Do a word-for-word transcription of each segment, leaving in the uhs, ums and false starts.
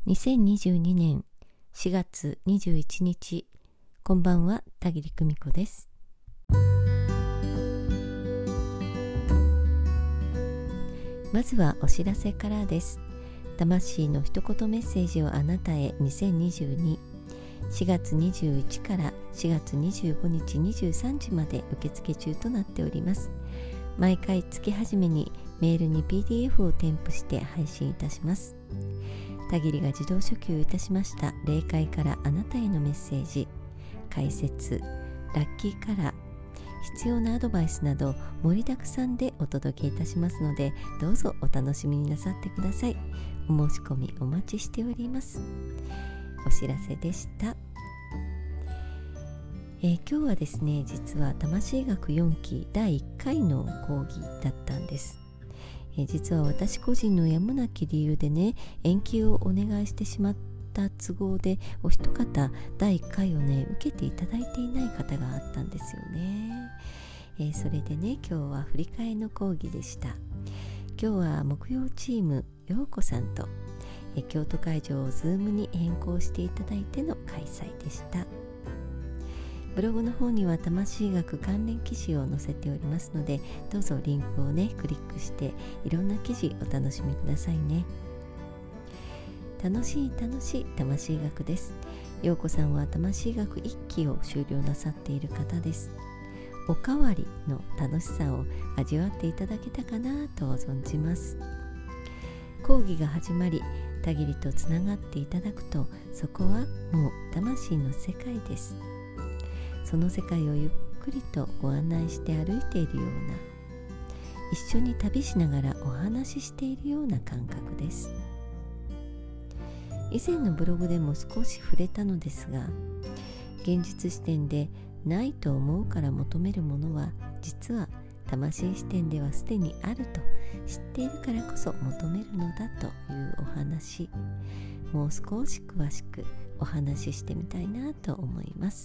にせんにじゅうにねんしがつにじゅういちにち、こんばんは、田切久美子です。まずはお知らせからです。魂の一言メッセージをあなたへにせんにじゅうに、しがつにじゅういちからしがつにじゅうごにちにじゅうさんじまで受付中となっております。毎回月始めにメールに ピーディーエフ を添付して配信いたします。田切が自動書記をいたしました霊界からあなたへのメッセージ、解説、ラッキーカラー、必要なアドバイスなど盛りだくさんでお届けいたしますので、どうぞお楽しみになさってください。お申し込みお待ちしております。お知らせでした。えー、今日はですね、実は魂学よんきだいいっかいの講義だったんです。えー、実は私個人のやむなき理由でね、延期をお願いしてしまった都合で、お一方だいいっかいをね受けていただいていない方があったんですよね。えー、それでね、今日は振り替えの講義でした。今日は木曜チームようこさんと、えー、京都会場をズームに変更していただいての開催でした。ブログの方には魂学関連記事を載せておりますので、どうぞリンクをねクリックしていろんな記事お楽しみくださいね。楽しい楽しい魂学です。ようこさんは魂学いっきを修了なさっている方です。おかわりの楽しさを味わっていただけたかなと存じます。講義が始まり、田切とつながっていただくと、そこはもう魂の世界です。その世界をゆっくりとご案内して歩いているような、一緒に旅しながらお話ししているような感覚です。以前のブログでも少し触れたのですが、現実視点でないと思うから求めるものは、実は魂視点ではすでにあると知っているからこそ求めるのだというお話、もう少し詳しくお話ししてみたいなと思います。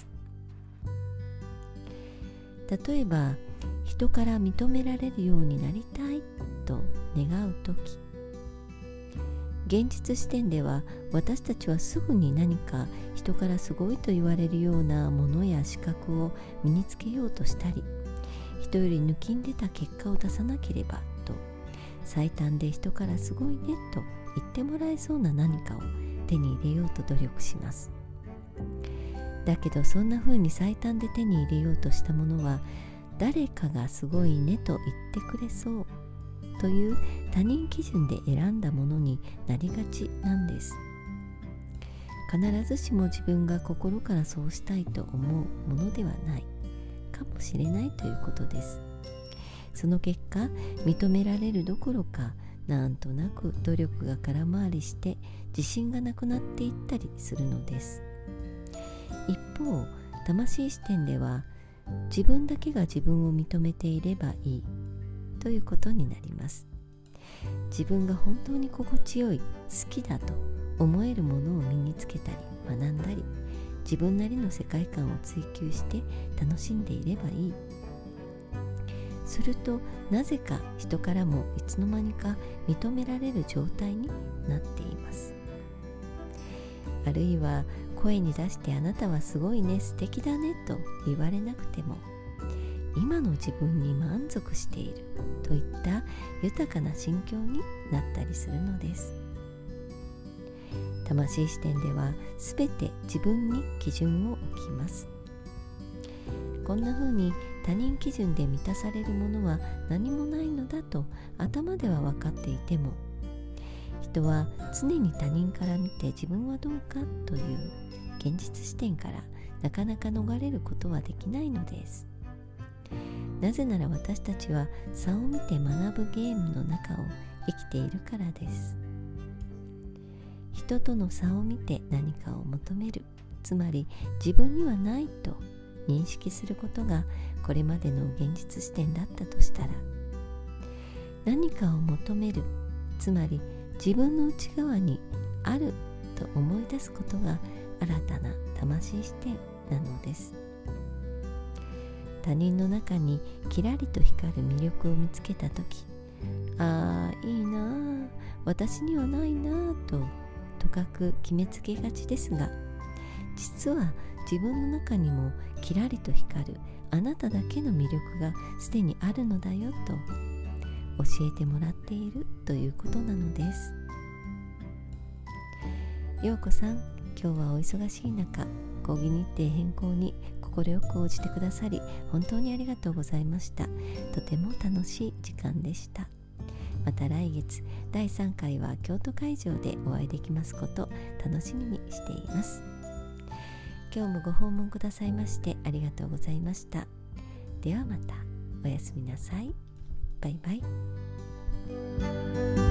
例えば、人から認められるようになりたいと願うとき、現実視点では私たちはすぐに何か人からすごいと言われるようなものや資格を身につけようとしたり、人より抜きんでた結果を出さなければと、最短で人からすごいねと言ってもらえそうな何かを手に入れようと努力します。だけど、そんな風に最短で手に入れようとしたものは、誰かがすごいねと言ってくれそうという他人基準で選んだものになりがちなんです。必ずしも自分が心からそうしたいと思うものではないかもしれないということです。その結果、認められるどころか、なんとなく努力が空回りして自信がなくなっていったりするのです。一方、魂視点では、自分だけが自分を認めていればいいということになります。自分が本当に心地よい、好きだと思えるものを身につけたり学んだり、自分なりの世界観を追求して楽しんでいればいい。すると、なぜか人からもいつの間にか認められる状態になっています。あるいは、声に出してあなたはすごいね、素敵だねと言われなくても、今の自分に満足しているといった豊かな心境になったりするのです。魂視点ではすべて自分に基準を置きます。こんな風に他人基準で満たされるものは何もないのだと頭では分かっていても、人は常に他人から見て自分はどうかという現実視点からなかなか逃れることはできないのです。なぜなら私たちは差を見て学ぶゲームの中を生きているからです。人との差を見て何かを求める、つまり自分にはないと認識することがこれまでの現実視点だったとしたら、何かを求める、つまり自分の内側にあると思い出すことが新たな魂視点なのです。他人の中にキラリと光る魅力を見つけたとき、ああいいなあ、私にはないなあとかく決めつけがちですが、実は自分の中にもキラリと光るあなただけの魅力がすでにあるのだよと教えてもらっているということなのです。ようこさん、今日はお忙しい中、講義日程変更に快く応じてくださり本当にありがとうございました。とても楽しい時間でした。また来月だいさんかいは京都会場でお会いできますこと楽しみにしています。今日もご訪問くださいましてありがとうございました。ではまた。おやすみなさい。バイバイ。